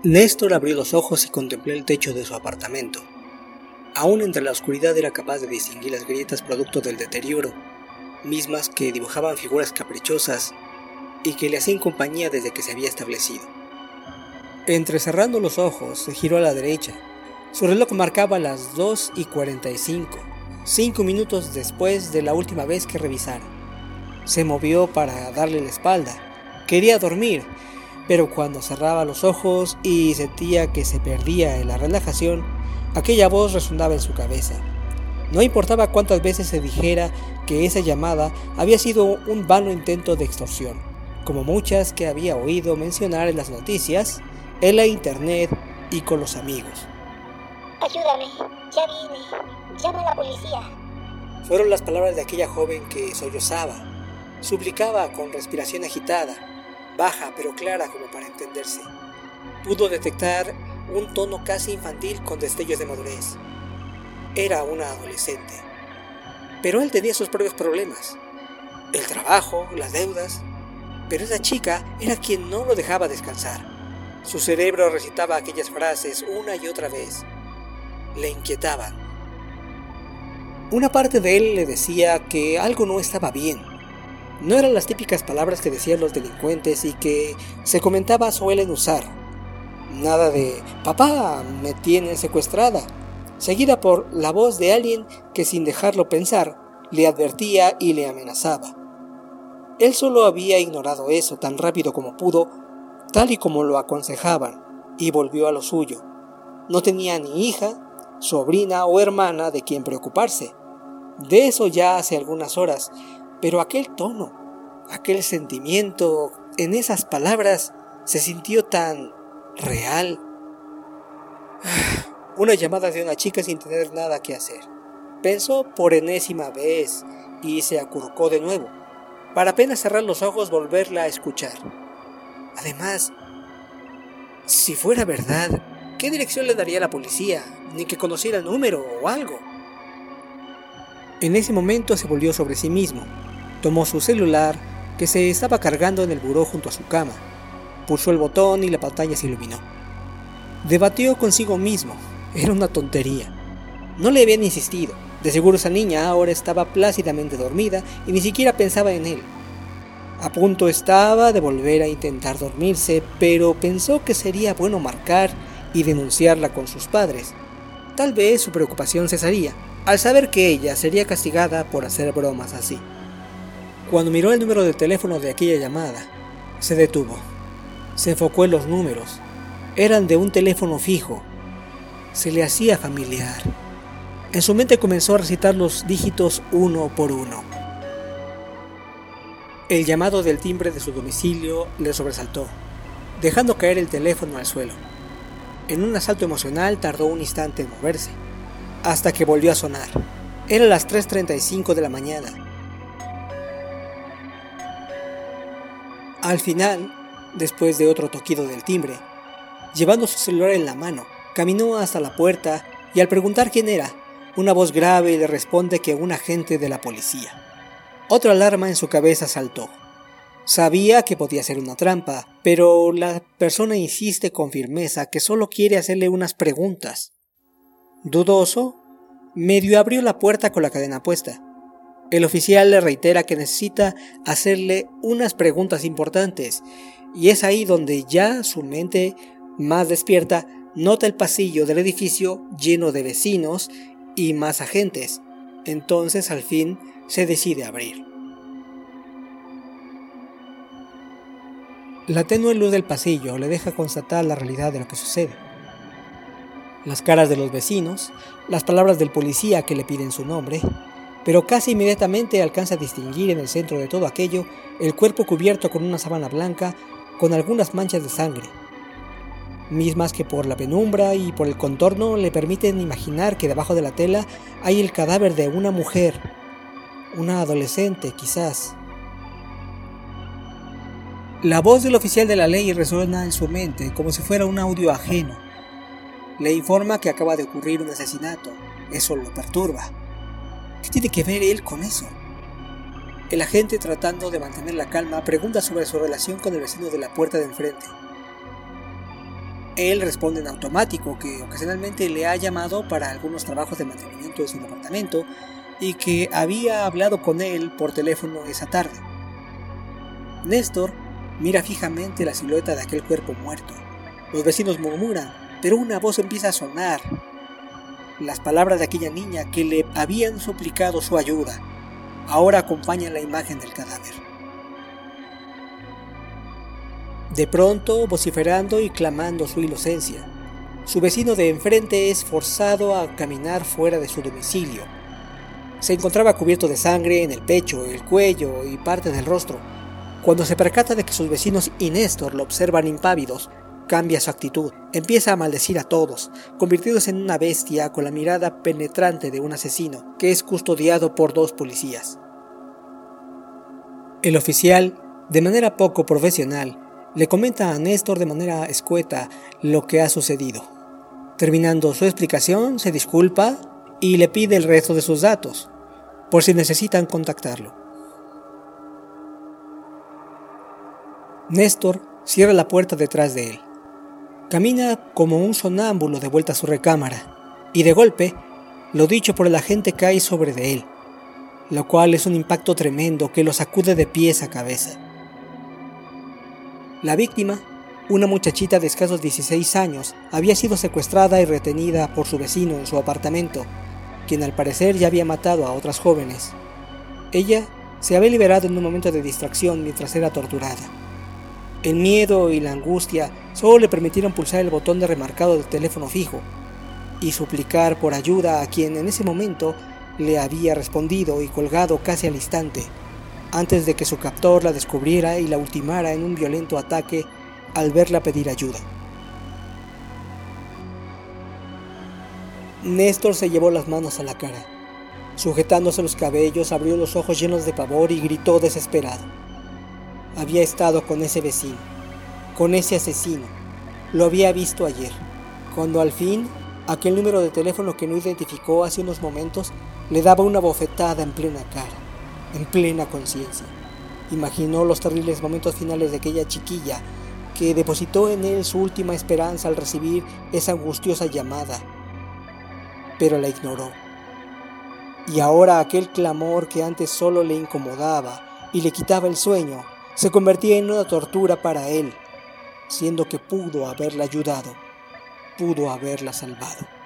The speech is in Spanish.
Néstor abrió los ojos y contempló el techo de su apartamento. Aún entre la oscuridad era capaz de distinguir las grietas producto del deterioro, mismas que dibujaban figuras caprichosas y que le hacían compañía desde que se había establecido. Entrecerrando los ojos, se giró a la derecha. Su reloj marcaba las 2:45, 5 minutos después de la última vez que revisara. Se movió para darle la espalda. Quería dormir, pero cuando cerraba los ojos y sentía que se perdía en la relajación, aquella voz resonaba en su cabeza. No importaba cuántas veces se dijera que esa llamada había sido un vano intento de extorsión, como muchas que había oído mencionar en las noticias, en la internet y con los amigos. Ayúdame, ya vine, llama a la policía. Fueron las palabras de aquella joven que sollozaba, suplicaba con respiración agitada, baja pero clara como para entenderse. Pudo detectar un tono casi infantil con destellos de madurez. Era una adolescente. Pero él tenía sus propios problemas. El trabajo, las deudas. Pero esa chica era quien no lo dejaba descansar. Su cerebro recitaba aquellas frases una y otra vez. Le inquietaban. Una parte de él le decía que algo no estaba bien. No eran las típicas palabras que decían los delincuentes y que se comentaba suelen usar. Nada de «papá, me tienen secuestrada», seguida por la voz de alguien que sin dejarlo pensar, le advertía y le amenazaba. Él solo había ignorado eso tan rápido como pudo, tal y como lo aconsejaban, y volvió a lo suyo. No tenía ni hija, sobrina o hermana de quien preocuparse. De eso ya hace algunas horas, pero aquel tono, aquel sentimiento en esas palabras se sintió tan real. Una llamada de una chica sin tener nada que hacer. Pensó por enésima vez y se acurrucó de nuevo, para apenas cerrar los ojos volverla a escuchar. Además, si fuera verdad, ¿qué dirección le daría a la policía? Ni que conociera el número o algo. En ese momento se volvió sobre sí mismo. Tomó su celular, que se estaba cargando en el buró junto a su cama. Pulsó el botón y la pantalla se iluminó. Debatió consigo mismo. Era una tontería. No le habían insistido. De seguro esa niña ahora estaba plácidamente dormida y ni siquiera pensaba en él. A punto estaba de volver a intentar dormirse, pero pensó que sería bueno marcar y denunciarla con sus padres. Tal vez su preocupación cesaría al saber que ella sería castigada por hacer bromas así. Cuando miró el número de teléfono de aquella llamada, se detuvo. Se enfocó en los números. Eran de un teléfono fijo. Se le hacía familiar. En su mente comenzó a recitar los dígitos uno por uno. El llamado del timbre de su domicilio le sobresaltó, dejando caer el teléfono al suelo. En un asalto emocional tardó un instante en moverse, hasta que volvió a sonar. Eran las 3:35 de la mañana. Al final, después de otro toquido del timbre, llevando su celular en la mano, caminó hasta la puerta y al preguntar quién era, una voz grave le responde que un agente de la policía. Otra alarma en su cabeza saltó. Sabía que podía ser una trampa, pero la persona insiste con firmeza que solo quiere hacerle unas preguntas. Dudoso, medio abrió la puerta con la cadena puesta. El oficial le reitera que necesita hacerle unas preguntas importantes, y es ahí donde ya su mente, más despierta, nota el pasillo del edificio lleno de vecinos y más agentes. Entonces al fin se decide a abrir. La tenue luz del pasillo le deja constatar la realidad de lo que sucede. Las caras de los vecinos, las palabras del policía que le piden su nombre, pero casi inmediatamente alcanza a distinguir en el centro de todo aquello el cuerpo cubierto con una sábana blanca con algunas manchas de sangre, mismas que por la penumbra y por el contorno le permiten imaginar que debajo de la tela hay el cadáver de una mujer, una adolescente quizás. La voz del oficial de la ley resuena en su mente como si fuera un audio ajeno. Le informa que acaba de ocurrir un asesinato. Eso lo perturba. ¿Qué tiene que ver él con eso? El agente, tratando de mantener la calma, pregunta sobre su relación con el vecino de la puerta de enfrente. Él responde en automático que ocasionalmente le ha llamado para algunos trabajos de mantenimiento de su departamento y que había hablado con él por teléfono esa tarde. Néstor mira fijamente la silueta de aquel cuerpo muerto. Los vecinos murmuran, pero una voz empieza a sonar. Las palabras de aquella niña que le habían suplicado su ayuda ahora acompañan la imagen del cadáver. De pronto, vociferando y clamando su inocencia, su vecino de enfrente es forzado a caminar fuera de su domicilio. Se encontraba cubierto de sangre en el pecho, el cuello y parte del rostro. Cuando se percata de que sus vecinos y Néstor lo observan impávidos, cambia su actitud, empieza a maldecir a todos, convirtiéndose en una bestia con la mirada penetrante de un asesino que es custodiado por 2 policías. El oficial, de manera poco profesional, le comenta a Néstor de manera escueta lo que ha sucedido. Terminando su explicación, se disculpa y le pide el resto de sus datos, por si necesitan contactarlo. Néstor cierra la puerta detrás de él. Camina como un sonámbulo de vuelta a su recámara, y de golpe, lo dicho por el agente cae sobre de él, lo cual es un impacto tremendo que lo sacude de pies a cabeza. La víctima, una muchachita de escasos 16 años, había sido secuestrada y retenida por su vecino en su apartamento, quien al parecer ya había matado a otras jóvenes. Ella se había liberado en un momento de distracción mientras era torturada. El miedo y la angustia solo le permitieron pulsar el botón de remarcado del teléfono fijo y suplicar por ayuda a quien en ese momento le había respondido y colgado casi al instante, antes de que su captor la descubriera y la ultimara en un violento ataque al verla pedir ayuda. Néstor se llevó las manos a la cara. Sujetándose los cabellos, abrió los ojos llenos de pavor y gritó desesperado. Había estado con ese vecino, con ese asesino. Lo había visto ayer, cuando al fin, aquel número de teléfono que no identificó hace unos momentos le daba una bofetada en plena cara, en plena conciencia. Imaginó los terribles momentos finales de aquella chiquilla que depositó en él su última esperanza al recibir esa angustiosa llamada, pero la ignoró. Y ahora aquel clamor que antes solo le incomodaba y le quitaba el sueño, se convertía en una tortura para él, siendo que pudo haberla ayudado, pudo haberla salvado.